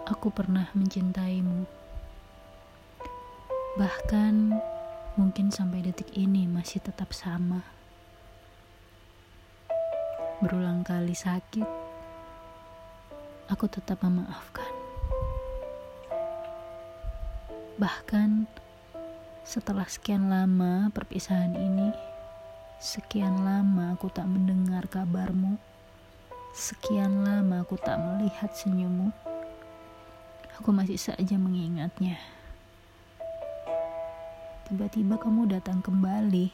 Aku pernah mencintaimu. Bahkan mungkin sampai detik ini masih tetap sama. Berulang kali sakit, aku tetap memaafkan. Bahkan setelah sekian lama perpisahan ini, sekian lama aku tak mendengar kabarmu, sekian lama aku tak melihat senyummu, aku masih saja mengingatnya. Tiba-tiba kamu datang kembali,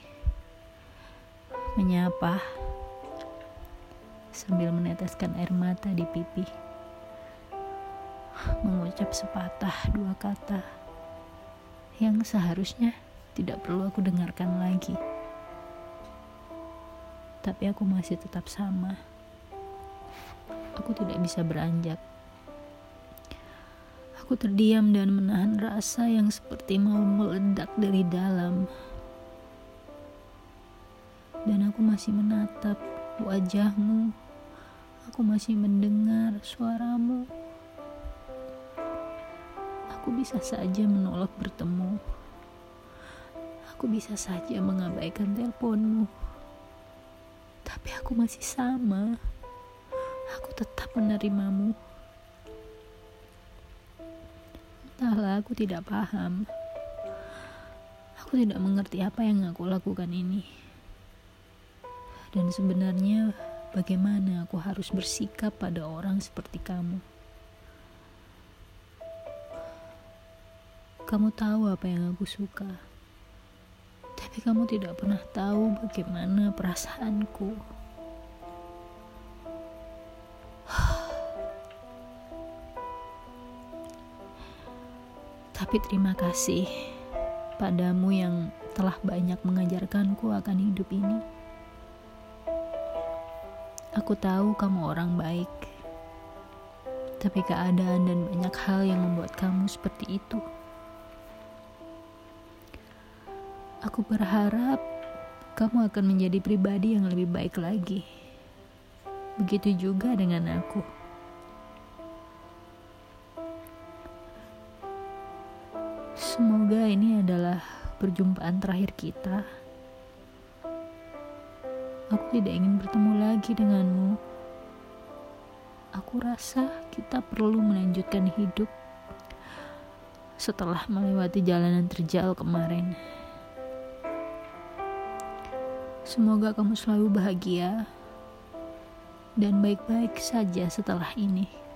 menyapa, sambil meneteskan air mata di pipi, mengucap sepatah dua kata yang seharusnya tidak perlu aku dengarkan lagi. Tapi aku masih tetap sama. Aku tidak bisa beranjak. Aku terdiam dan menahan rasa yang seperti mau meledak dari dalam. Dan aku masih menatap wajahmu. Aku masih mendengar suaramu. Aku bisa saja menolak bertemu. Aku bisa saja mengabaikan teleponmu. Tapi aku masih sama. Aku tetap menerimamu. Entahlah, aku tidak paham. Aku tidak mengerti apa yang aku lakukan ini. Dan sebenarnya bagaimana aku harus bersikap pada orang seperti kamu? Kamu tahu apa yang aku suka. Tapi kamu tidak pernah tahu bagaimana perasaanku. Tapi terima kasih padamu yang telah banyak mengajarkanku akan hidup ini. Aku tahu kamu orang baik. Tapi keadaan dan banyak hal yang membuat kamu seperti itu. Aku berharap kamu akan menjadi pribadi yang lebih baik lagi. Begitu juga dengan aku. Semoga ini adalah perjumpaan terakhir kita. Aku tidak ingin bertemu lagi denganmu. Aku rasa kita perlu melanjutkan hidup setelah melewati jalanan terjal kemarin. Semoga kamu selalu bahagia dan baik-baik saja setelah ini.